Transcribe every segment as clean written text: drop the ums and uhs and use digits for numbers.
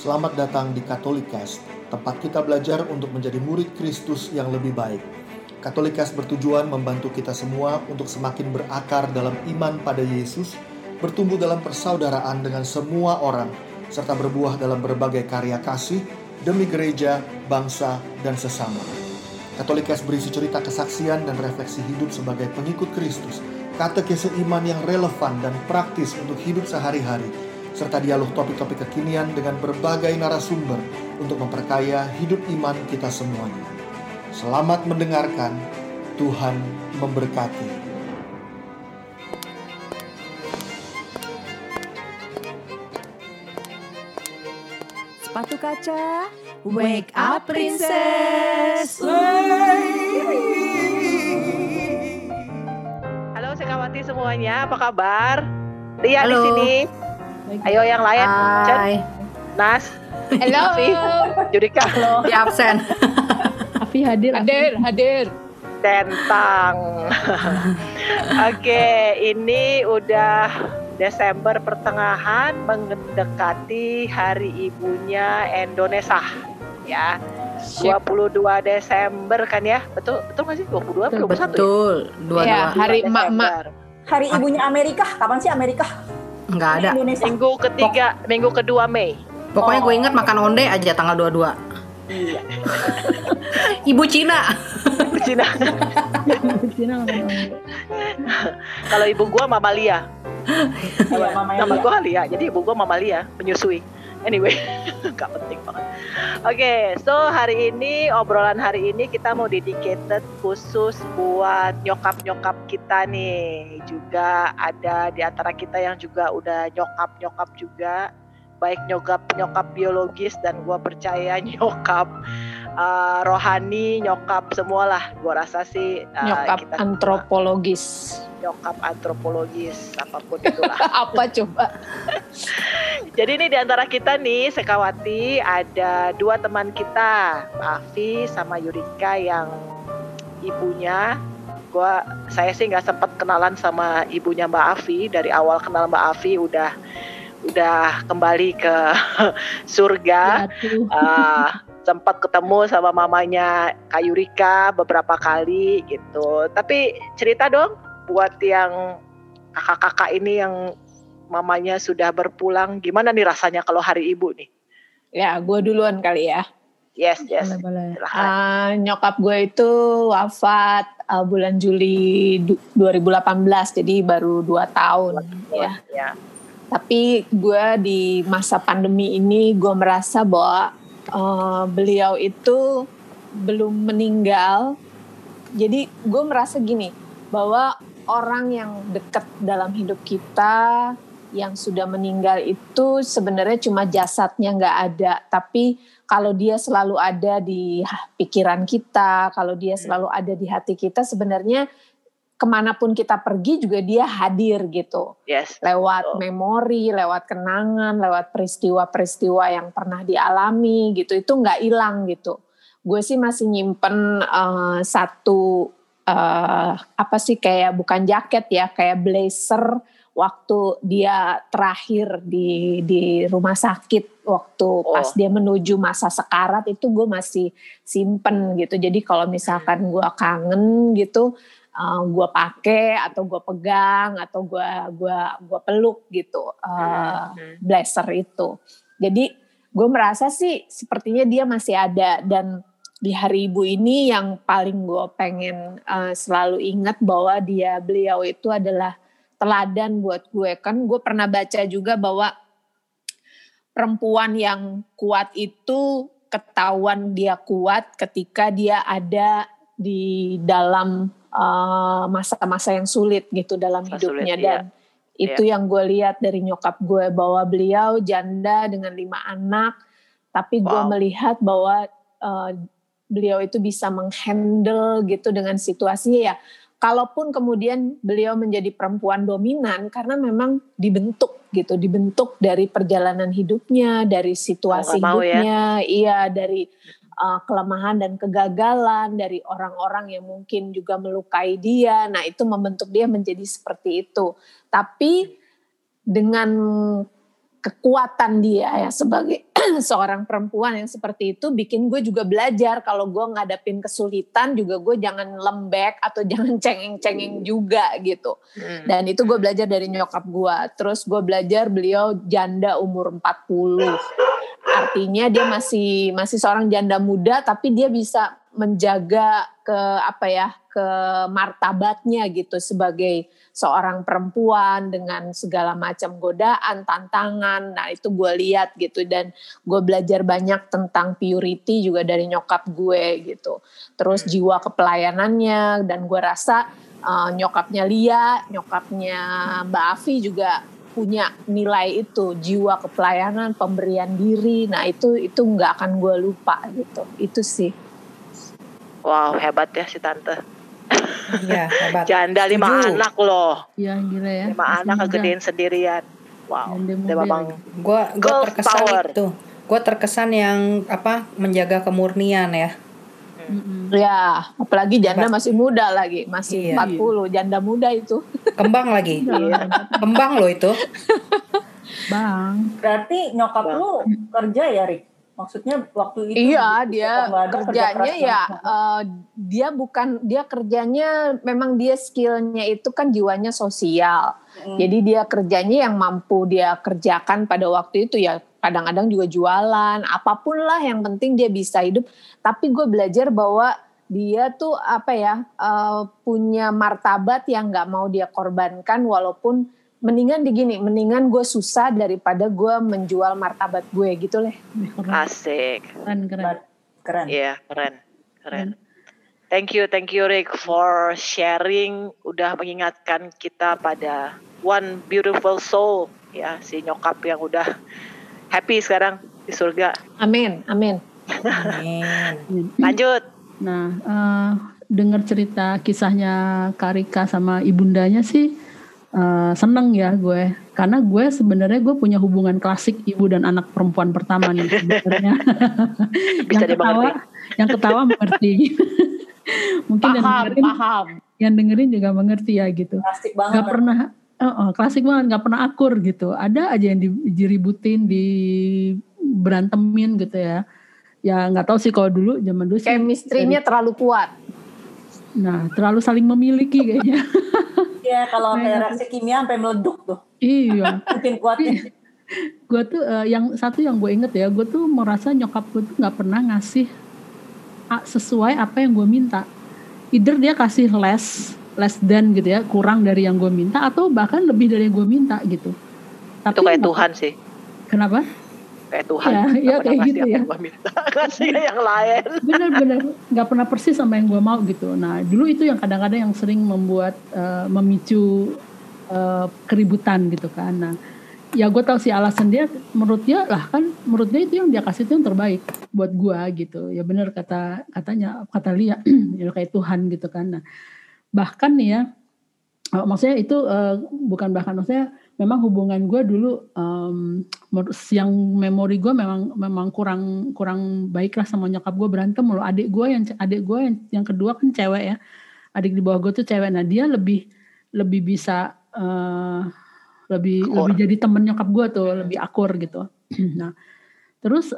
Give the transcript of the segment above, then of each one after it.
Selamat datang di Katolikas, tempat kita belajar untuk menjadi murid Kristus yang lebih baik. Katolikas bertujuan membantu kita semua untuk semakin berakar dalam iman pada Yesus, bertumbuh dalam persaudaraan dengan semua orang, serta berbuah dalam berbagai karya kasih demi gereja, bangsa, dan sesama. Katolikas berisi cerita kesaksian dan refleksi hidup sebagai pengikut Kristus, katekese iman yang relevan dan praktis untuk hidup sehari-hari, serta dialog topik-topik kekinian dengan berbagai narasumber untuk memperkaya hidup iman kita semuanya. Selamat mendengarkan, Tuhan memberkati. Sepatu kaca, wake up princess. Halo Sekawati semuanya, apa kabar? Lia Halo. di sini. Ayo yang lain, Cen, Hai. Nas, Halo. Afi, Judika, Di absen. Afi hadir. Tentang. Oke, ini udah Desember pertengahan mendekati Hari Ibunya Indonesia. Ya. 22 Desember kan ya? Betul nggak sih? 22 atau 21 Betul. Dua-dua. Ya, hari emak-emak. Hari ibunya Amerika, kapan sih Amerika? Enggak ada. Indonesia. Minggu kedua Mei. Pokoknya gue inget makan onde aja tanggal 22. Iya. Ibu Cina. Cina. Kalau ibu gua Mama Lia. Iya, Mama Nama Lia. gua Lia, jadi ibu gua Mama Lia, menyusui. Anyway, gak penting banget. Oke, so hari ini, obrolan hari ini kita mau dedicated khusus buat nyokap-nyokap kita nih. Juga ada di antara kita yang juga udah nyokap-nyokap juga. Baik nyokap biologis dan gua percaya nyokap rohani, nyokap semualah. Gua rasa sih Nyokap kita antropologis. nyokap antropologis, apapun itulah. Apa coba? Jadi nih di antara kita nih, Sekawati, ada dua teman kita, Mbak Afi sama Yurika yang ibunya, saya sih nggak sempat kenalan sama ibunya Mbak Afi. Dari awal kenal Mbak Afi udah kembali ke surga. Sempat ketemu sama mamanya Kak Yurika beberapa kali gitu. Tapi cerita dong buat yang kakak-kakak ini yang mamanya sudah berpulang, gimana nih rasanya kalau hari ibu nih? Ya, gue duluan kali ya. Yes. Boleh. Silahkan. Nyokap gue itu wafat bulan Juli 2018, jadi baru 2 tahun ya. Tapi gue di masa pandemi ini gue merasa bahwa beliau itu belum meninggal. Jadi gue merasa gini, bahwa orang yang dekat dalam hidup kita yang sudah meninggal itu sebenarnya cuma jasadnya nggak ada, tapi kalau dia selalu ada di pikiran kita, kalau dia selalu ada di hati kita, sebenarnya kemanapun kita pergi juga dia hadir gitu. Yes. Lewat memori, lewat kenangan, lewat peristiwa-peristiwa yang pernah dialami gitu, itu nggak hilang gitu. Gue sih masih nyimpen satu kayak bukan jaket ya, kayak blazer waktu dia terakhir di rumah sakit, waktu pas dia menuju masa sekarat itu gue masih simpen gitu. Jadi kalau misalkan gue kangen gitu, gue pakai atau gue pegang atau gue peluk gitu blazer itu. Jadi gue merasa sih sepertinya dia masih ada. Dan di hari ibu ini yang paling gue pengen selalu ingat bahwa beliau itu adalah teladan buat gue. Kan gue pernah baca juga bahwa perempuan yang kuat itu ketahuan dia kuat ketika dia ada di dalam masa-masa yang sulit gitu dalam hidupnya. Dan itu yang gue lihat dari nyokap gue, bahwa beliau janda dengan 5 anak, tapi gue melihat bahwa beliau itu bisa menghandle gitu dengan situasinya ya. Kalaupun kemudian beliau menjadi perempuan dominan karena memang dibentuk dari perjalanan hidupnya, dari situasi hidupnya, iya, dari kelemahan dan kegagalan, dari orang-orang yang mungkin juga melukai dia. Nah, itu membentuk dia menjadi seperti itu. Tapi dengan kekuatan dia ya sebagai seorang perempuan yang seperti itu bikin gue juga belajar kalau gue ngadapin kesulitan juga gue jangan lembek atau jangan cengeng-cengeng juga gitu. Dan itu gue belajar dari nyokap gue. Terus gue belajar beliau janda umur 40. Artinya dia masih seorang janda muda tapi dia bisa menjaga ke martabatnya gitu sebagai seorang perempuan dengan segala macam godaan, tantangan. Nah itu gue lihat gitu dan gue belajar banyak tentang purity juga dari nyokap gue gitu. Terus jiwa kepelayanannya dan gue rasa nyokapnya Lia, nyokapnya Mbak Afi juga punya nilai itu, jiwa kepelayanan, pemberian diri. Nah itu nggak akan gue lupa gitu. Itu sih. Wow, hebat ya si tante. Iya, hebat. Janda 5 anak loh. Iya gila ya. 5 anak kegedean sendirian. Wow. Dia memang Gue terkesan power. itu. Gue terkesan yang menjaga kemurnian ya. Ya, apalagi janda masih muda lagi, masih Iya. 40, janda muda itu. Kembang lagi. Kembang loh itu. Bang. Berarti nyokap lu kerja ya, Rik? Maksudnya waktu itu Iya, dia nggak ada kerja kerjanya keras ya banget. dia kerjanya memang dia skillnya itu kan jiwanya sosial. Jadi dia kerjanya yang mampu dia kerjakan pada waktu itu ya kadang-kadang juga jualan, apapun lah yang penting dia bisa hidup. Tapi gue belajar bahwa dia tuh punya martabat yang nggak mau dia korbankan walaupun mendingan gue susah daripada gue menjual martabat gue gitu leh. asik. Keren. Iya, keren. Thank you Rick for sharing, udah mengingatkan kita pada one beautiful soul ya, si nyokap yang udah happy sekarang di surga. Amin. Lanjut. Nah, dengar cerita kisahnya Karika sama ibundanya sih seneng ya gue, karena gue sebenarnya gue punya hubungan klasik ibu dan anak perempuan pertama nih sebenarnya. yang ketawa mengerti. Mungkin Paham. Yang dengerin juga mengerti ya gitu. Klasik banget. Gak pernah klasik banget, gak pernah akur gitu. Ada aja yang diributin, berantemin gitu ya. Ya nggak tahu sih kalau zaman dulu sih. Chemistry-nya terlalu kuat. Nah, terlalu saling memiliki kayaknya. Iya, kalau kayak reaksi kimia sampai meleduk tuh. Iya. Mungkin kuatnya. Gue tuh yang gue inget ya, gue tuh merasa nyokap gue tuh nggak pernah ngasih sesuai apa yang gue minta. Either dia kasih less than gitu ya, kurang dari yang gue minta atau bahkan lebih dari yang gue minta gitu. Tapi itu kayak Tuhan sih. Kenapa? Kayak Tuhan. Ya kayak gitu ya. Kasih yang lain. Benar-benar nggak pernah persis sama yang gue mau gitu. Nah dulu itu yang kadang-kadang yang sering membuat memicu keributan gitu kan. Nah ya gue tahu sih alasan dia, menurut dia itu yang dia kasih itu yang terbaik buat gue gitu. Ya benar kata Lia ya kayak Tuhan gitu kan. Nah bahkan nih ya maksudnya itu maksudnya memang hubungan gue dulu yang memori gue memang kurang baik lah sama nyokap gue, berantem mulu. Adik gue yang kedua kan cewek ya, adik di bawah gue tuh cewek. Nah dia lebih bisa lebih jadi temen nyokap gue tuh, lebih akur gitu. Nah terus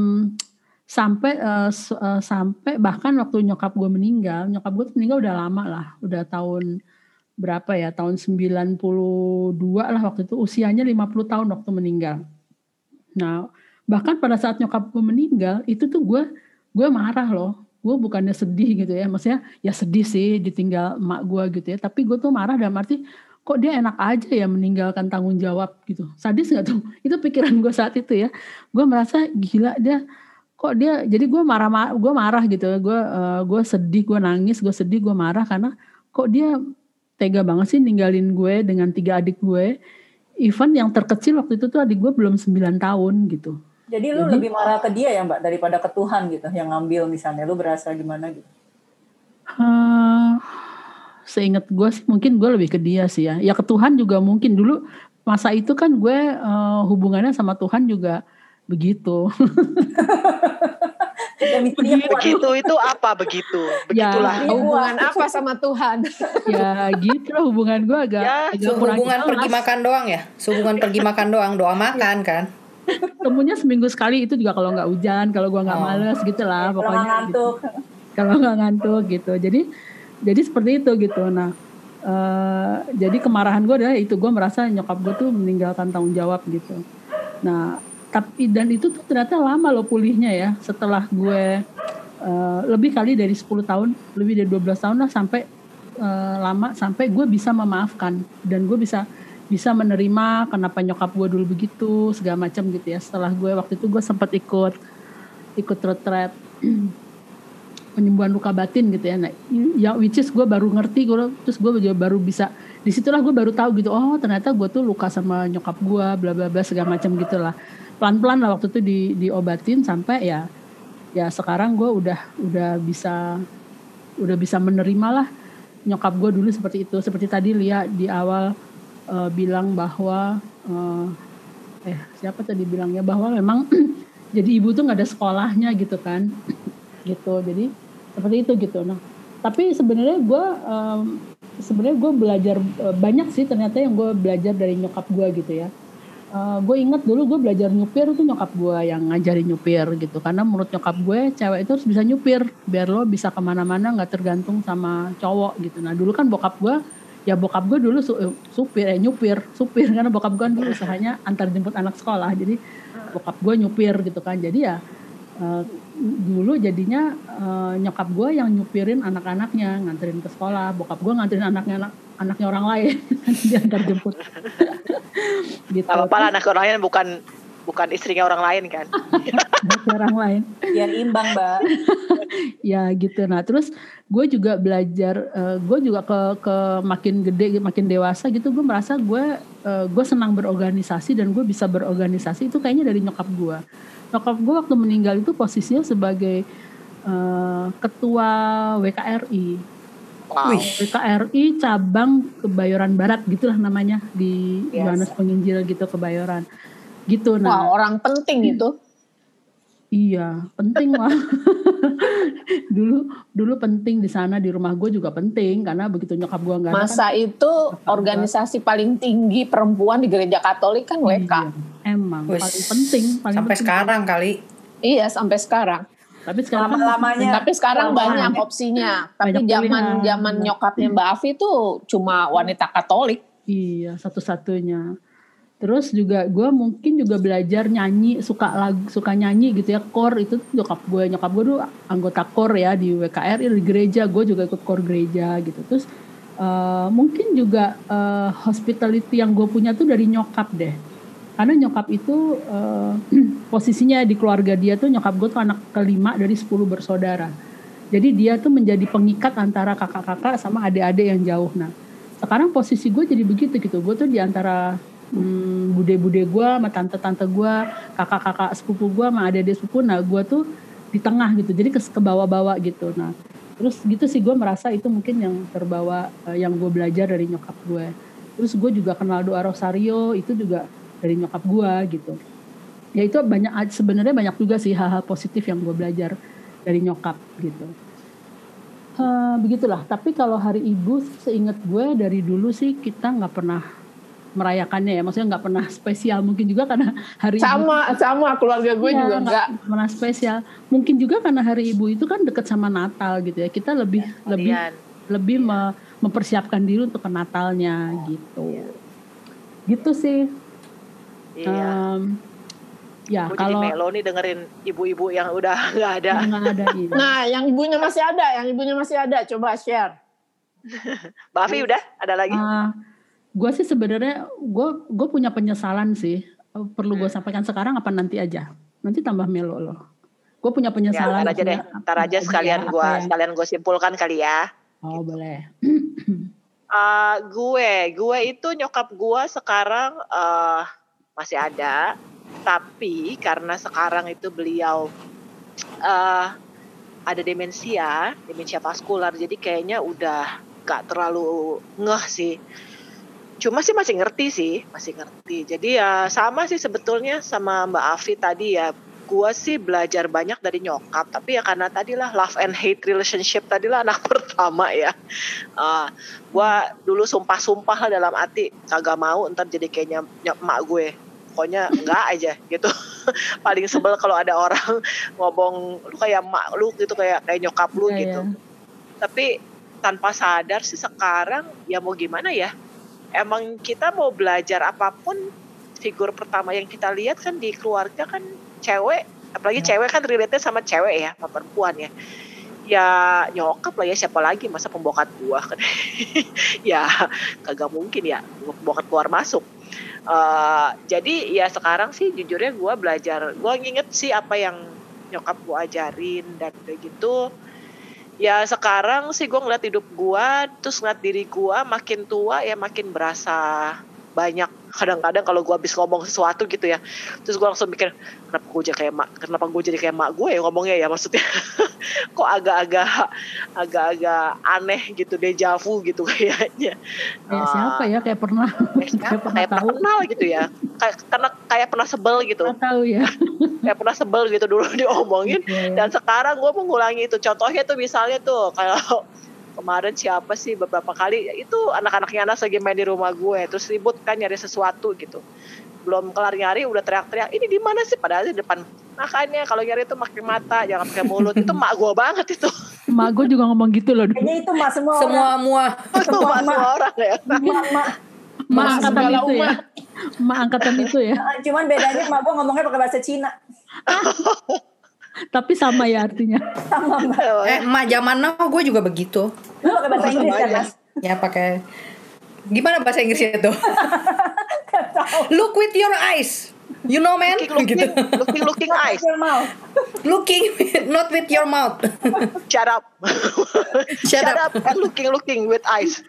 sampai bahkan waktu nyokap gue meninggal udah lama lah, udah tahun berapa ya, tahun 92 lah waktu itu, usianya 50 tahun waktu meninggal. Nah bahkan pada saat nyokap gue meninggal itu tuh gue marah loh. Gue bukannya sedih gitu ya, maksudnya ya sedih sih ditinggal emak gue gitu ya, tapi gue tuh marah dalam arti kok dia enak aja ya meninggalkan tanggung jawab gitu. Sadis gak tuh? Itu pikiran gue saat itu ya. Gue merasa gila dia, kok dia, jadi gue marah gitu. Gue sedih, gue nangis, gue sedih, gue marah karena kok dia tega banget sih ninggalin gue dengan 3 adik gue. Even yang terkecil waktu itu tuh adik gue belum 9 tahun gitu. Jadi lu lebih marah ke dia ya Mbak daripada ke Tuhan gitu yang ngambil misalnya, lu berasa gimana gitu? Seingat gue sih mungkin gue lebih ke dia sih ya. Ya ke Tuhan juga mungkin dulu masa itu kan gue hubungannya sama Tuhan juga begitu. Chemistry-nya kuat. Begitu itu apa begitu? Begitulah. Ya, Hubungan apa sama Tuhan? ya gitu lah, hubungan gue agak Ya, kurang Hubungan jelas. pergi makan doang ya? Hubungan pergi makan doang, doa makan kan? Ketemunya seminggu sekali, itu juga kalau nggak hujan, kalau gue nggak males gitu lah Kalau pokoknya. ngantuk. Gitu. Kalau nggak ngantuk gitu. Jadi seperti itu gitu. Nah, jadi kemarahan gue adalah itu, gue merasa nyokap gue tuh meninggalkan tanggung jawab gitu. Nah, tapi dan itu tuh ternyata lama loh pulihnya ya. Setelah gue lebih kali dari 10 tahun, lebih dari 12 tahun lah sampai lama sampai gue bisa memaafkan dan gue bisa menerima kenapa nyokap gue dulu begitu segala macam gitu ya. Setelah gue waktu itu gue sempat ikut retret penyembuhan luka batin gitu ya. Nah, yang which is gue baru ngerti, terus gue baru bisa, disitulah gue baru tahu gitu, oh ternyata gue tuh luka sama nyokap gue, bla bla bla segala macam gitulah. Pelan-pelan lah waktu itu diobatin sampai ya sekarang gue udah bisa menerima lah nyokap gue dulu seperti itu. Seperti tadi Lia di awal bilang bahwa siapa tadi bilangnya bahwa memang jadi ibu tuh nggak ada sekolahnya gitu kan, gitu. Jadi seperti itu gitu. Nah, tapi sebenarnya gue belajar banyak sih ternyata yang gue belajar dari nyokap gue gitu ya. Gue inget dulu gue belajar nyupir itu nyokap gue yang ngajarin nyupir gitu, karena menurut nyokap gue cewek itu harus bisa nyupir biar lo bisa kemana-mana nggak tergantung sama cowok gitu. Nah dulu kan bokap gue dulu supir karena bokap gue dulu usahanya antar jemput anak sekolah, jadi bokap gue nyupir gitu kan. Jadi ya dulu jadinya nyokap gue yang nyupirin anak-anaknya, nganterin ke sekolah, bokap gue nganterin anaknya orang lain diantar jemput. Gitu. Apa anak orang lain bukan istrinya orang lain kan? Orang lain. Biar imbang, Mbak. Ya gitu. Nah terus gue juga belajar, gue juga ke makin gede, makin dewasa gitu, gue merasa gue senang berorganisasi dan gue bisa berorganisasi itu kayaknya dari nyokap gue. Nyokap gue waktu meninggal itu posisinya sebagai ketua WKRI. Wow. WKRI cabang Kebayoran Barat gitulah namanya di Yohanes Penginjil gitu, Kebayoran gitu. Nah, wah, orang penting itu. Iya, penting lah. dulu penting di sana, di rumah gue juga penting karena begitu nyokap gue nggak ada. Masa kan, itu organisasi paling tinggi perempuan di gereja Katolik kan WK. Iya, emang paling penting. Sampai sekarang kali. Iya, sampai sekarang. Tapi sekarang Tapi sekarang banyak opsinya. Tapi zaman nyokapnya Mbak Afi tuh cuma wanita Katolik. Iya, satu-satunya. Terus juga gue mungkin juga belajar nyanyi, suka nyanyi gitu ya, kor itu nyokap gue dulu anggota kor ya di WKRI di gereja, gue juga ikut kor gereja gitu. Terus mungkin juga hospitality yang gue punya tuh dari nyokap deh. Karena nyokap itu posisinya di keluarga dia tuh, nyokap gue tuh anak kelima dari 10 bersaudara. Jadi dia tuh menjadi pengikat antara kakak-kakak sama adik-adik yang jauh. Nah sekarang posisi gue jadi begitu gitu. Gue tuh di antara bude-bude gue sama tante-tante gue, kakak-kakak sepupu gue sama adik-adik sepupu. Nah gue tuh di tengah gitu. Jadi ke bawah-bawah gitu. Nah terus gitu sih gue merasa itu mungkin yang terbawa, yang gue belajar dari nyokap gue. Terus gue juga kenal doa rosario itu juga dari nyokap gue gitu. Ya itu sebenarnya banyak juga sih hal-hal positif yang gue belajar dari nyokap gitu. Begitulah. Tapi kalau hari ibu seingat gue dari dulu sih kita nggak pernah merayakannya ya. Maksudnya nggak pernah spesial. Mungkin juga karena hari sama keluarga gue juga nggak pernah spesial. Mungkin juga karena hari ibu itu kan dekat sama Natal gitu ya. Kita lebih mempersiapkan diri untuk ke Natalnya gitu. Gitu sih. Iya. Ya Gue kalau jadi melo nih dengerin ibu-ibu yang udah nggak ada. Iya. Nah, yang ibunya masih ada, coba share. Mbak Afi udah ada lagi? Gue sih sebenarnya gue punya penyesalan sih. Perlu gue sampaikan sekarang apa nanti aja? Nanti tambah melo loh. Gue punya penyesalan. Ya, ntar aja sekalian gue simpulkan kali ya. Oh boleh. Gue itu nyokap gue sekarang masih ada, tapi karena sekarang itu beliau ada demensia vaskular, jadi kayaknya udah gak terlalu ngeh sih. Cuma sih masih ngerti. Jadi ya sama sih sebetulnya sama Mbak Afi tadi ya, Gua sih belajar banyak dari nyokap, tapi ya karena tadilah love and hate relationship, tadilah anak pertama ya. Gua dulu sumpah-sumpah lah dalam hati, kagak mau ntar jadi kayak emak gue. Pokoknya enggak aja gitu. Paling sebel kalau ada orang ngomong lu kayak emak lu gitu, kayak nyokap lu gitu. Tapi tanpa sadar sih sekarang ya mau gimana ya. Emang kita mau belajar apapun, figur pertama yang kita lihat kan di keluarga kan cewek, apalagi cewek kan relate-nya sama cewek ya, sama perempuan ya. Ya nyokap lah ya, siapa lagi, masa pembokat gua kan. Ya kagak mungkin ya pembokat keluar masuk. Jadi ya sekarang sih jujurnya gua belajar, gua nginget sih apa yang nyokap gua ajarin dan kayak gitu. Ya sekarang sih gue ngeliat hidup gue, terus ngeliat diri gue makin tua ya makin berasa banyak. Kadang-kadang kalau gue habis ngomong sesuatu gitu ya, terus gue langsung mikir kenapa gue jadi kayak mak gue ya ngomongnya ya, maksudnya kok agak-agak aneh gitu, deja vu gitu kayaknya. Siapa ya, kayak pernah kayak pernah kenal gitu ya, kayak pernah sebel gitu. Tahu ya. Kayak pernah sebel gitu dulu diomongin. Dan sekarang gue mengulangi itu. Contohnya tuh misalnya tuh kalau kemarin siapa sih beberapa kali itu anak-anaknya Anas lagi main di rumah gue, terus ribut kan nyari sesuatu gitu, belum kelar nyari udah teriak-teriak ini di mana sih, padahal di depan. Makanya kalau nyari itu pakai mata, jangan pakai mulut. Itu mak gue banget itu. Mak gue juga ngomong gitu loh. Kayaknya itu mak semua orang ya. Mak angkatan itu ya. Mak angkatan itu ya. Cuman bedanya mak gue ngomongnya pakai bahasa Cina. Tapi sama ya artinya. Sama mbak. Emak zaman now gue juga begitu. Lu pakai bahasa Inggris kan Mas? Ya pakai. Gimana bahasa Inggrisnya tuh? Look with your eyes. You know man? Looking eyes. Looking not with your mouth. Shut up. Shut up and looking with eyes.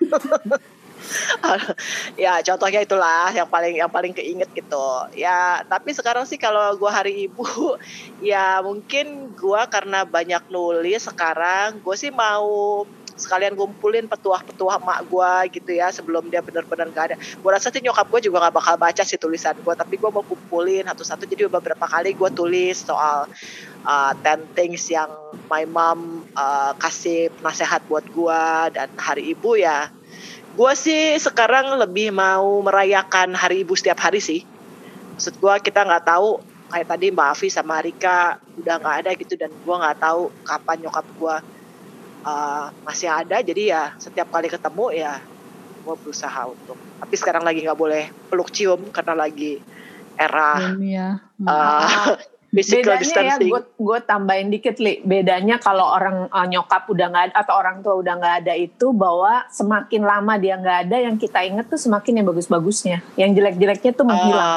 Ya contohnya itulah yang paling keinget gitu ya. Tapi sekarang sih kalau gue hari ibu ya mungkin gue karena banyak nulis sekarang, gue sih mau sekalian ngumpulin petuah-petuah mak gue gitu ya sebelum dia benar-benar gak ada. Gue rasa sih nyokap gue juga gak bakal baca sih tulisan gue, tapi gue mau kumpulin satu-satu. Jadi beberapa kali gue tulis soal 10 things yang my mom kasih nasihat buat gue. Dan hari ibu ya gue sih sekarang lebih mau merayakan hari ibu setiap hari sih. Maksud gue kita gak tahu, kayak tadi Mbak Afi sama Rika udah gak ada gitu, dan gue gak tahu kapan nyokap gue masih ada. Jadi ya setiap kali ketemu ya gue berusaha untuk, tapi sekarang lagi gak boleh peluk cium karena lagi era physical distancing. Ya, gue tambahin dikit Li. Bedanya kalau orang nyokap udah nggak ada atau orang tua udah nggak ada itu, bahwa semakin lama dia nggak ada, yang kita inget tuh semakin yang bagus-bagusnya, yang jelek-jeleknya tuh menghilang.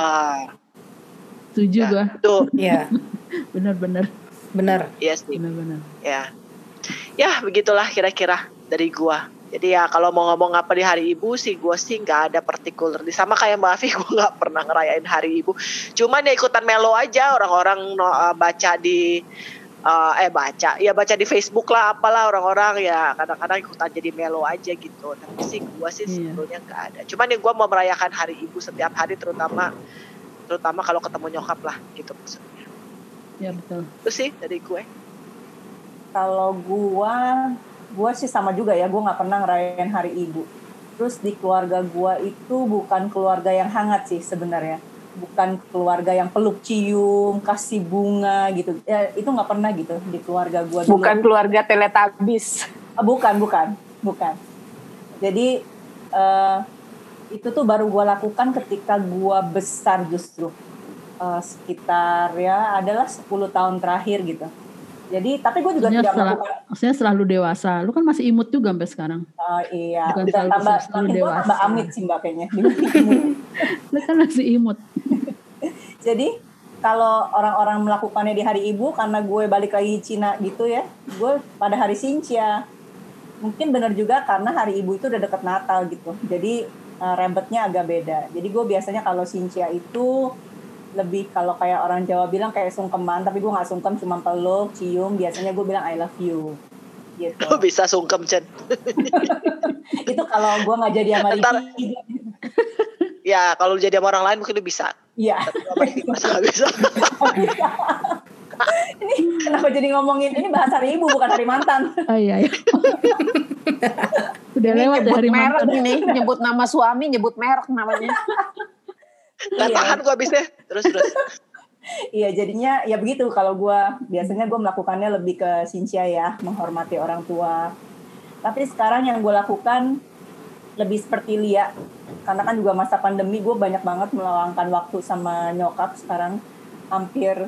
Setuju gue. Tuh, ya. Benar. Iya sih. Benar. Ya begitulah kira-kira dari gue. Jadi ya kalau mau ngomong apa di hari ibu sih, gue sih nggak ada partikular. Sama kayak Mbak Afi, gue nggak pernah ngerayain hari ibu. Cuman ya ikutan melo aja, orang-orang baca di baca di Facebook lah, apalah orang-orang ya kadang-kadang ikutan jadi melo aja gitu. Tapi sih gue sih sebetulnya nggak ada. Cuman ya gue mau merayakan hari ibu setiap hari, terutama kalau ketemu nyokap lah gitu maksudnya. Ya betul. Itu sih dari gue. Kalau gue sih sama juga ya, gue nggak pernah ngerayain hari ibu. Terus di keluarga gue itu bukan keluarga yang hangat sih sebenarnya, bukan keluarga yang peluk cium, kasih bunga gitu. Ya, itu nggak pernah gitu di keluarga gue. Bukan keluarga Teletubbies. Bukan. Jadi itu tuh baru gue lakukan ketika gue besar justru, sekitar ya adalah 10 tahun terakhir gitu. Jadi, tapi gue juga tidak melakukan. Maksudnya selalu dewasa. Lu kan masih imut juga sampai sekarang. Iya. Bukan Udah tambah dewasa. Tambah amit sih mbak kayaknya. Lu kan masih imut. Jadi kalau orang-orang melakukannya di hari ibu, karena gue balik lagi Cina gitu ya, gue pada hari Xinjia. Mungkin benar juga karena hari ibu itu udah deket Natal gitu. Jadi ribetnya agak beda. Jadi gue biasanya kalau Xinjia itu lebih, kalau kayak orang Jawa bilang kayak sungkeman, tapi gue nggak sungkem, cuma peluk, cium. Biasanya gue bilang I love you. Gitu. Lo bisa sungkem Chen. Itu kalau gue nggak jadi sama Riki. Ya kalau jadi sama orang lain mungkin lo bisa. Iya. Tapi sama Riki masa nggak bisa. Ini kenapa jadi ngomongin ini bahas hari ibu bukan hari mantan? Oh iya. Udah Ini lewat ya nyebut hari merek mantan. ini, nyebut nama suami, nyebut merek namanya. Gak Iya. tahan gue abisnya. Terus. Iya, jadinya ya begitu. Kalau biasanya gue melakukannya lebih ke Cynthia ya, menghormati orang tua. Tapi sekarang yang gue lakukan lebih seperti Lia, karena kan juga masa pandemi gue banyak banget meluangkan waktu sama nyokap. Sekarang hampir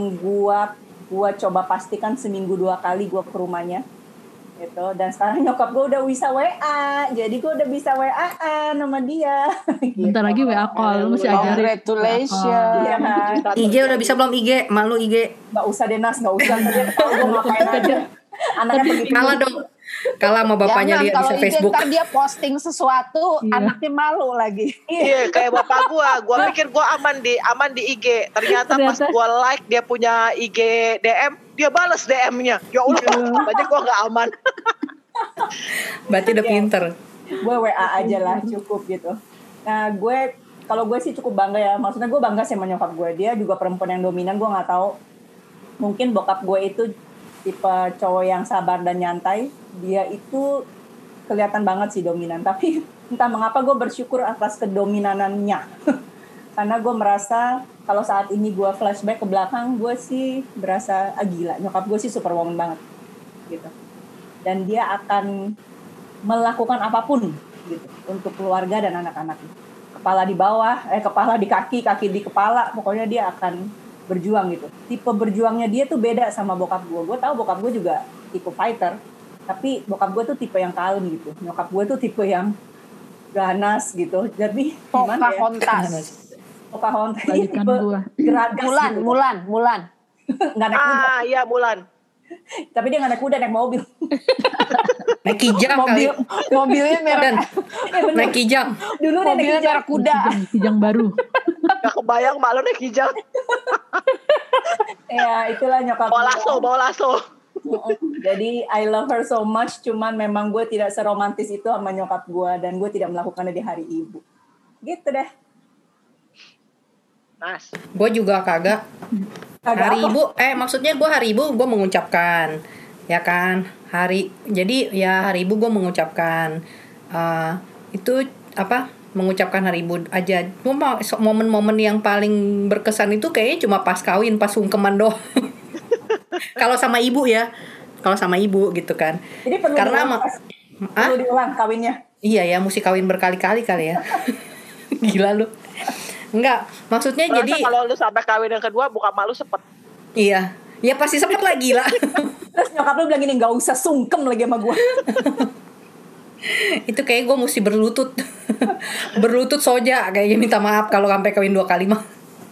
gue coba pastikan seminggu 2 kali gue ke rumahnya gitu. Dan sekarang nyokap gue udah bisa WA, jadi gue udah bisa WA-an sama dia. Bentar lagi WA call, lu mesti ajarin. Congratulations. Iya kan? IG udah bisa belum IG? Malu IG. Nggak usah deh Nas, nggak usah. Tadi tahu gue ngapain aja. Anaknya begitu. Kalah dong. Kalah sama bapaknya Jangan, dia kalau bisa IG Facebook. ntar dia posting sesuatu, Iya. anaknya malu lagi. Iya, kayak bapak gue pikir gue aman di IG. Ternyata pas gue like dia punya IG DM, dia balas DM-nya. Ya Allah, banyak gue nggak aman. Berarti udah pinter. Gue WA aja lah cukup gitu. Nah kalau gue sih cukup bangga ya. Maksudnya gue bangga sama nyokap gue. Dia juga perempuan yang dominan. Gue nggak tahu. Mungkin bokap gue itu tipe cowok yang sabar dan nyantai. Dia itu kelihatan banget sih dominan. Tapi entah mengapa gue bersyukur atas kedominanannya. Karena gue merasa kalau saat ini gue flashback ke belakang, gue sih berasa gila. Nyokap gue sih superwoman banget gitu. Dan dia akan melakukan apapun gitu untuk keluarga dan anak-anaknya. Kepala di bawah, kepala di kaki, kaki di kepala, pokoknya dia akan berjuang gitu. Tipe berjuangnya dia tuh beda sama bokap gue. Gue tahu bokap gue juga tipe fighter, tapi bokap gue tuh tipe yang kalem gitu. Nyokap gue tuh tipe yang ganas gitu. Jadi gimana ya? Pocahontas. Balikan Tipe gua. geragas gitu. Mulan. Nggak naik kuda. Iya Mulan. Tapi dia nggak naik kuda, naik mobil. Naik kijang kali. Mobilnya merah. Dan naik kijang. Dulu dia naik Mobilnya kijang. merah kuda. Kijang baru. Gak kebayang malu naik hijau. Ya itulah nyokap Bawa lasso. Jadi I love her so much. Cuman memang gue tidak seromantis itu sama nyokap gue. Dan gue tidak melakukannya di hari ibu. Gitu deh. Mas. Gue juga kagak. Hari ibu, maksudnya gue hari ibu gue mengucapkan, ya kan, jadi ya hari ibu gue mengucapkan, itu apa, mengucapkan hari ibu aja. Cuma momen-momen yang paling berkesan itu kayaknya cuma pas kawin, pas sungkeman doang. Kalau sama ibu ya, kalau sama ibu gitu kan. Jadi perlu diulang kawinnya. Iya ya, mesti kawin berkali-kali kali ya. Gila lu. Enggak, maksudnya Merasa jadi kalau lu sampai kawin yang kedua bukan malu sepet. iya, ya pasti sempet lah gila. Terus nyokap lu bilang gini, nggak usah sungkem lagi sama gue. Itu kayak gue mesti berlutut. Berlutut soja kayaknya, minta maaf kalau sampai kawin 2 kali mah.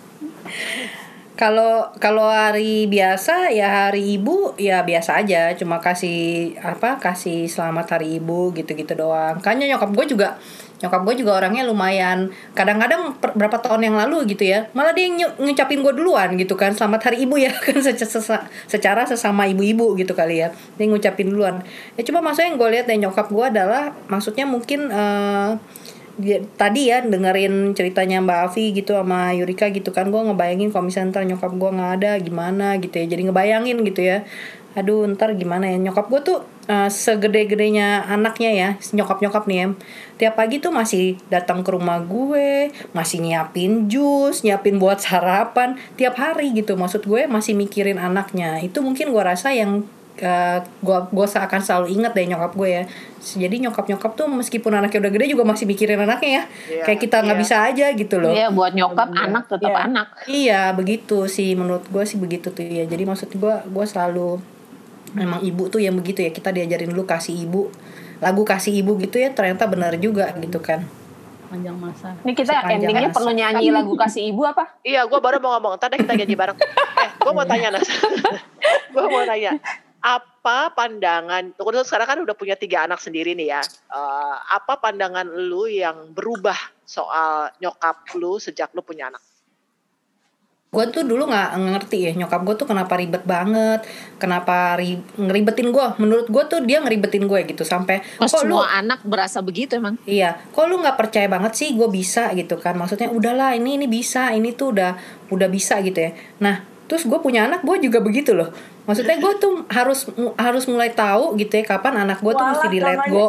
Kalau hari biasa ya hari ibu ya biasa aja, cuma kasih selamat hari ibu gitu-gitu doang. Kayaknya nyokap gue juga orangnya lumayan, kadang-kadang berapa tahun yang lalu gitu ya, malah dia ngucapin gue duluan gitu kan, selamat hari ibu ya kan, secara sesama ibu-ibu gitu kali ya, dia ngucapin duluan. Ya cuma maksudnya yang gue lihat dari nyokap gue adalah, maksudnya mungkin tadi ya dengerin ceritanya Mbak Afi gitu sama Yurika gitu kan, gue ngebayangin kalau misalnya ntar nyokap gue nggak ada gimana gitu ya, jadi ngebayangin gitu ya, aduh ntar gimana ya. Nyokap gue tuh segede-gedenya anaknya ya, nyokap nih ya, tiap pagi tuh masih datang ke rumah gue, masih nyiapin jus, nyiapin buat sarapan tiap hari gitu. Maksud gue masih mikirin anaknya. Itu mungkin gue rasa yang gue akan selalu ingat deh nyokap gue ya. Jadi nyokap tuh meskipun anaknya udah gede juga masih mikirin anaknya ya. Yeah, kayak kita nggak bisa aja gitu loh. Iya, buat nyokap anak tetap anak. Iya begitu sih, menurut gue sih begitu tuh ya. Jadi maksud gue selalu, memang ibu tuh yang begitu ya, kita diajarin dulu kasih ibu, lagu kasih ibu gitu ya, ternyata benar juga gitu kan. Panjang masa. Ini kita endingnya perlu nyanyi lagu kasih ibu apa? Iya, gue baru mau ngomong. Ntar deh kita nyanyi bareng. Gue mau tanya Nas. Gue mau tanya, apa pandangan, terus sekarang kan udah punya 3 anak sendiri nih ya, apa pandangan lu yang berubah soal nyokap lu sejak lu punya anak? Gue tuh dulu nggak ngerti ya nyokap gue tuh kenapa ribet banget, kenapa ngeribetin gue. Menurut gue tuh dia ngeribetin gue gitu, sampai kok semua anak berasa begitu emang. Iya, kok lu nggak percaya banget sih gue bisa gitu kan, maksudnya udahlah ini bisa, ini tuh udah bisa gitu ya. Nah Terus gue punya anak, gue juga begitu loh. Maksudnya gue tuh harus mulai tahu gitu ya kapan anak gue tuh mesti di let go.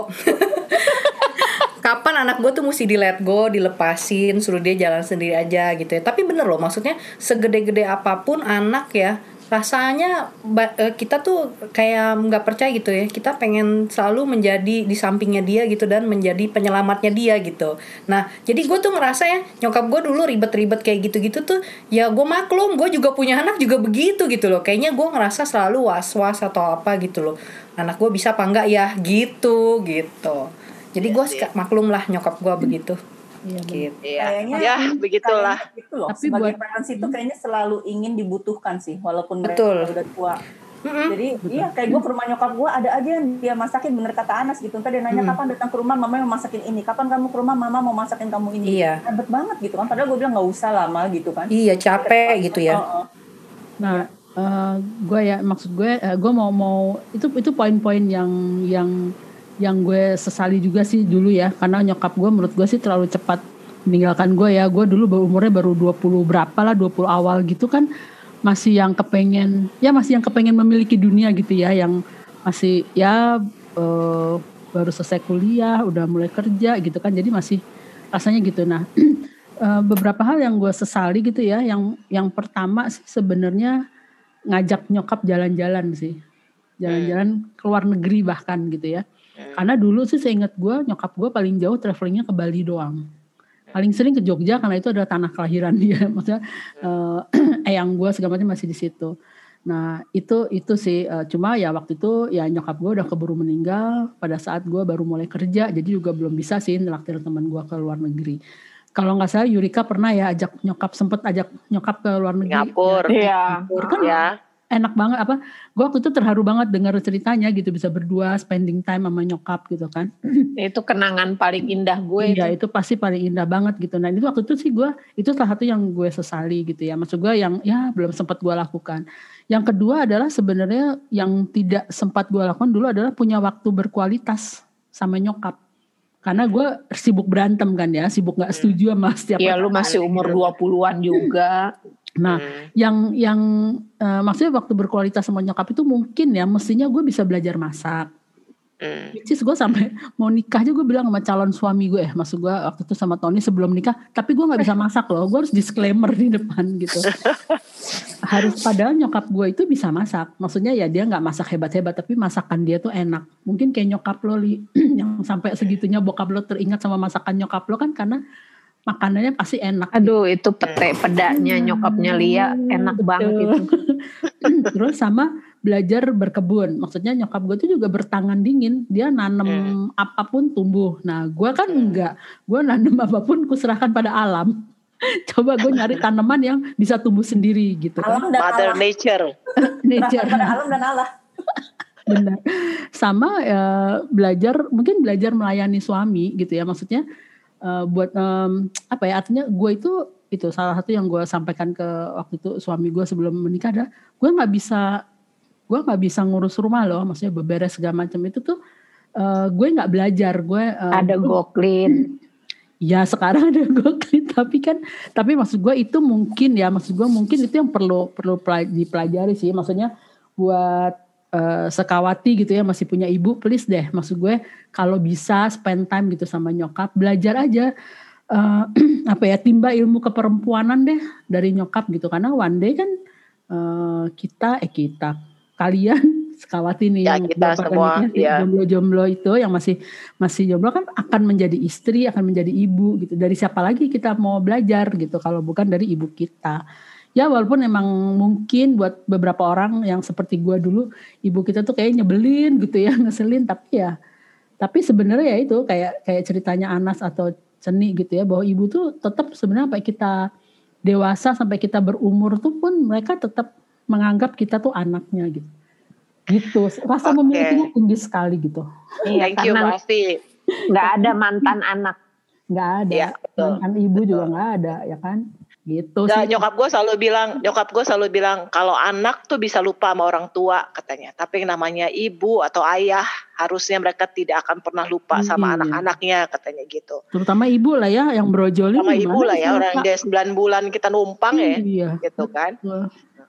Kapan anak gue tuh mesti di let go, dilepasin, suruh dia jalan sendiri aja gitu ya. Tapi bener loh, maksudnya segede-gede apapun anak ya, rasanya kita tuh kayak nggak percaya gitu ya. Kita pengen selalu menjadi di sampingnya dia gitu dan menjadi penyelamatnya dia gitu. Nah, jadi gue tuh ngerasa ya nyokap gue dulu ribet-ribet kayak gitu-gitu tuh, ya gue maklum, gue juga punya anak juga begitu gitu loh. Kayaknya gue ngerasa selalu was-was atau apa gitu loh. Anak gue bisa apa enggak ya gitu. Jadi gue maklum lah nyokap gue begitu. Iya, Gitu. Kayaknya Ya, begitulah. gitu loh. Tapi Sebagai buat- parents itu kayaknya selalu ingin dibutuhkan sih, walaupun Betul. mereka udah tua. Jadi iya, kayak gue ke rumah nyokap gue ada aja yang dia masakin, bener kata Anas gitu. Ntar dia nanya kapan datang ke rumah, mama mau masakin ini. Kapan kamu ke rumah, mama mau masakin kamu ini. Iya. Hebat banget gitu kan. Padahal gue bilang nggak usah lama gitu kan. Iya, capek gitu ya. Nah, gue ya maksud gue mau itu poin-poin yang gue sesali juga sih dulu ya, karena nyokap gue menurut gue sih terlalu cepat meninggalkan gue ya. Gue dulu umurnya baru 20 berapa lah, 20 awal gitu kan, masih yang kepengen memiliki dunia gitu ya, yang masih ya baru selesai kuliah, udah mulai kerja gitu kan, jadi masih rasanya gitu. Nah, beberapa hal yang gue sesali gitu ya, yang pertama sih sebenarnya ngajak nyokap jalan-jalan sih, jalan-jalan ke luar negeri bahkan gitu ya. Karena dulu sih seingat gue nyokap gue paling jauh travelingnya ke Bali doang, paling sering ke Jogja karena itu adalah tanah kelahiran dia, maksudnya eyang gue segala macam masih di situ. Nah itu sih, cuma ya waktu itu ya nyokap gue udah keburu meninggal pada saat gue baru mulai kerja, jadi juga belum bisa sih nelaktir teman gue ke luar negeri. Kalau nggak salah Yurika pernah ya sempet ajak nyokap ke luar negeri. Singapura. Iya. Kan Ya. enak banget, gue waktu itu terharu banget dengar ceritanya gitu, bisa berdua spending time sama nyokap gitu kan. Itu kenangan paling indah gue Iya itu pasti paling indah banget gitu. Nah itu waktu itu sih itu salah satu yang gue sesali gitu ya. Maksud gue yang ya belum sempat gue lakukan. Yang kedua adalah sebenarnya yang tidak sempat gue lakukan dulu adalah punya waktu berkualitas sama nyokap. Karena gue sibuk berantem kan ya, sibuk gak setuju sama setiap Iya, lu masih umur 20-an juga. Nah, yang maksudnya waktu berkualitas sama nyokap itu mungkin ya mestinya gue bisa belajar masak. Which is gue sampai mau nikah aja gue bilang sama calon suami gue, maksud gue waktu itu sama Tony sebelum nikah, tapi gue nggak bisa masak loh, gue harus disclaimer di depan gitu. Harus, padahal nyokap gue itu bisa masak, maksudnya ya dia nggak masak hebat-hebat, tapi masakan dia tuh enak. Mungkin kayak nyokap lo Li, yang sampai segitunya bokap lo teringat sama masakan nyokap lo kan karena makanannya pasti enak. Aduh, itu pedanya nyokapnya Lia enak banget itu. Terus sama belajar berkebun. Maksudnya nyokap gue tuh juga bertangan dingin. Dia nanam apapun tumbuh. Nah gue kan enggak. Gue nanam apapun kuserahkan pada alam. Coba gue nyari tanaman yang bisa tumbuh sendiri gitu. Alam dan Mother Allah. Nature. Nature. Pada alam dan Allah. Benar. Sama belajar melayani suami gitu ya. Maksudnya buat apa ya, artinya gue itu salah satu yang gue sampaikan ke waktu itu suami gue sebelum menikah adalah gue nggak bisa ngurus rumah loh, maksudnya beberes segala macam itu tuh gue nggak belajar. Gue ada GoClean. Ya sekarang ada GoClean, tapi maksud gue itu mungkin itu yang perlu dipelajari sih, maksudnya buat sekawati gitu ya, masih punya ibu, please deh, maksud gue kalau bisa spend time gitu sama nyokap, belajar aja timba ilmu keperempuanan deh dari nyokap gitu, karena one day kan kalian sekawati nih Ya, yang kita semua ya. jomblo itu yang masih jomblo kan akan menjadi istri, akan menjadi ibu gitu. Dari siapa lagi kita mau belajar gitu kalau bukan dari ibu kita. Ya walaupun emang mungkin buat beberapa orang yang seperti gue dulu, ibu kita tuh kayak nyebelin gitu ya, ngeselin, tapi sebenarnya ya itu kayak ceritanya Anas atau Ceni gitu ya, bahwa ibu tuh tetap sebenarnya sampai kita dewasa, sampai kita berumur tuh pun mereka tetap menganggap kita tuh anaknya gitu. Rasa memilikinya tinggi sekali gitu. Iya, Thank you karena pasti. nggak ada mantan anak. Nggak ada, Ya, betul. mantan ibu juga nggak ada ya kan. Gitu Nah, sih. nyokap gue selalu bilang kalau anak tuh bisa lupa sama orang tua katanya, tapi yang namanya ibu atau ayah harusnya mereka tidak akan pernah lupa sama Iya. anak-anaknya katanya gitu. Terutama ibu lah ya yang brojolin. Sama ibu gimana lah ya, bisa orang lupa? dia 9 bulan kita numpang ya Iya. gitu kan.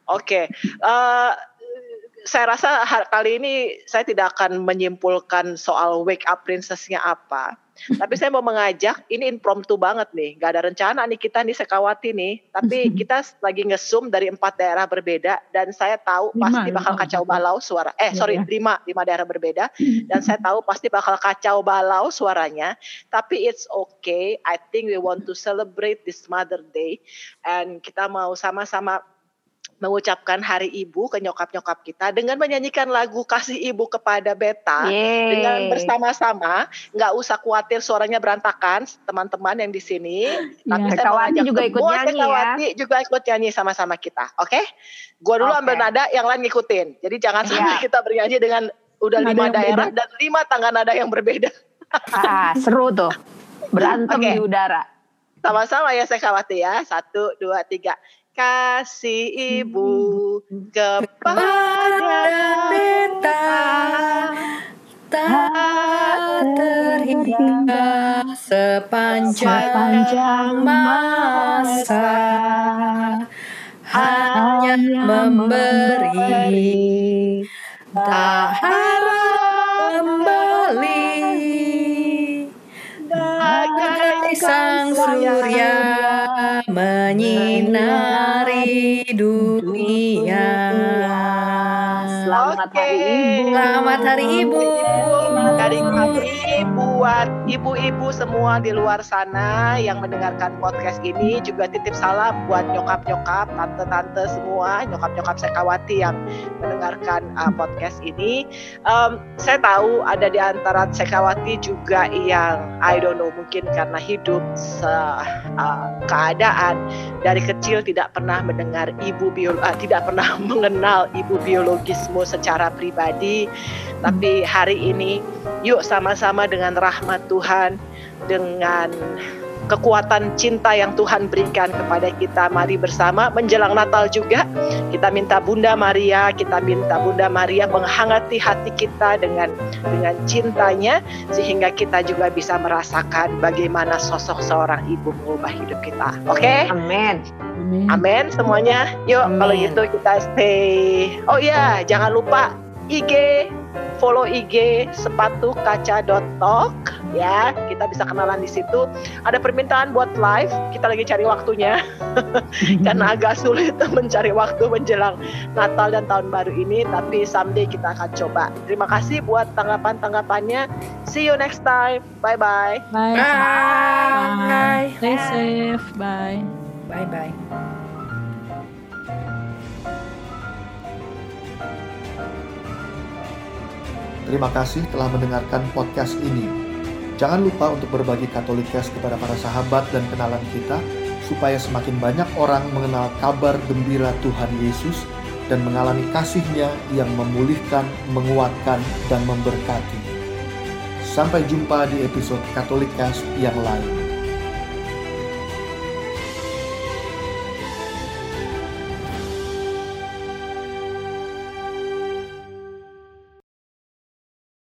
Oke. Saya rasa kali ini saya tidak akan menyimpulkan soal wake up princess-nya apa. Tapi saya mau mengajak, ini impromptu banget nih, gak ada rencana nih kita nih Sekawati nih. Tapi kita lagi nge-zoom dari 4 daerah berbeda dan saya tahu pasti bakal kacau balau suara. 5 daerah berbeda dan saya tahu pasti bakal kacau balau suaranya. Tapi it's okay, I think we want to celebrate this Mother Day and kita mau sama-sama mengucapkan Hari Ibu ke nyokap-nyokap kita dengan menyanyikan lagu Kasih Ibu Kepada Beta. Dengan bersama-sama, nggak usah khawatir suaranya berantakan, teman-teman yang di sini. Tapi saya mau ajak juga ikut nyanyi Sekawati juga ikut nyanyi sama-sama kita, oke? Gua dulu ambil nada, yang lain ngikutin. Jadi jangan sampai kita bernyanyi dengan udah 5 daerah dan 5 tangga nada yang berbeda. Seru tuh, berantem di udara. Sama-sama ya Sekawati ya, 1, 2, 3. Kasih Ibu kepada beta tak terhingga sepanjang masa, hanya memberi tak harap kembali, bagai sang surya menyinari dunia. Selamat Hari Ibu. Selamat Hari Ibu. Hari Ibu buat ibu-ibu semua di luar sana yang mendengarkan podcast ini, juga titip salam buat nyokap-nyokap, tante-tante semua, nyokap-nyokap Sekawati yang mendengarkan podcast ini. Saya tahu ada di antara Sekawati juga yang I don't know, mungkin karena hidup keadaan dari kecil tidak pernah mendengar tidak pernah mengenal ibu biologismu secara pribadi. Tapi hari ini yuk sama-sama dengan rahmat Tuhan, dengan kekuatan cinta yang Tuhan berikan kepada kita, mari bersama menjelang Natal juga kita minta Bunda Maria menghangati hati kita dengan cintanya, sehingga kita juga bisa merasakan bagaimana sosok seorang ibu mengubah hidup kita. Oke? Amin semuanya. Yuk, kalau gitu kita stay. Oh iya, jangan lupa follow IG sepatukaca.talk ya, kita bisa kenalan di situ. Ada permintaan buat live, kita lagi cari waktunya karena agak sulit mencari waktu menjelang Natal dan Tahun Baru ini, tapi someday kita akan coba. Terima kasih buat tanggapan-tanggapannya. See you next time. Bye-bye. Bye. Stay safe. Bye. Bye-bye. Terima kasih telah mendengarkan podcast ini. Jangan lupa untuk berbagi Katolikast kepada para sahabat dan kenalan kita, supaya semakin banyak orang mengenal kabar gembira Tuhan Yesus dan mengalami kasih-Nya yang memulihkan, menguatkan, dan memberkati. Sampai jumpa di episode Katolikast yang lain.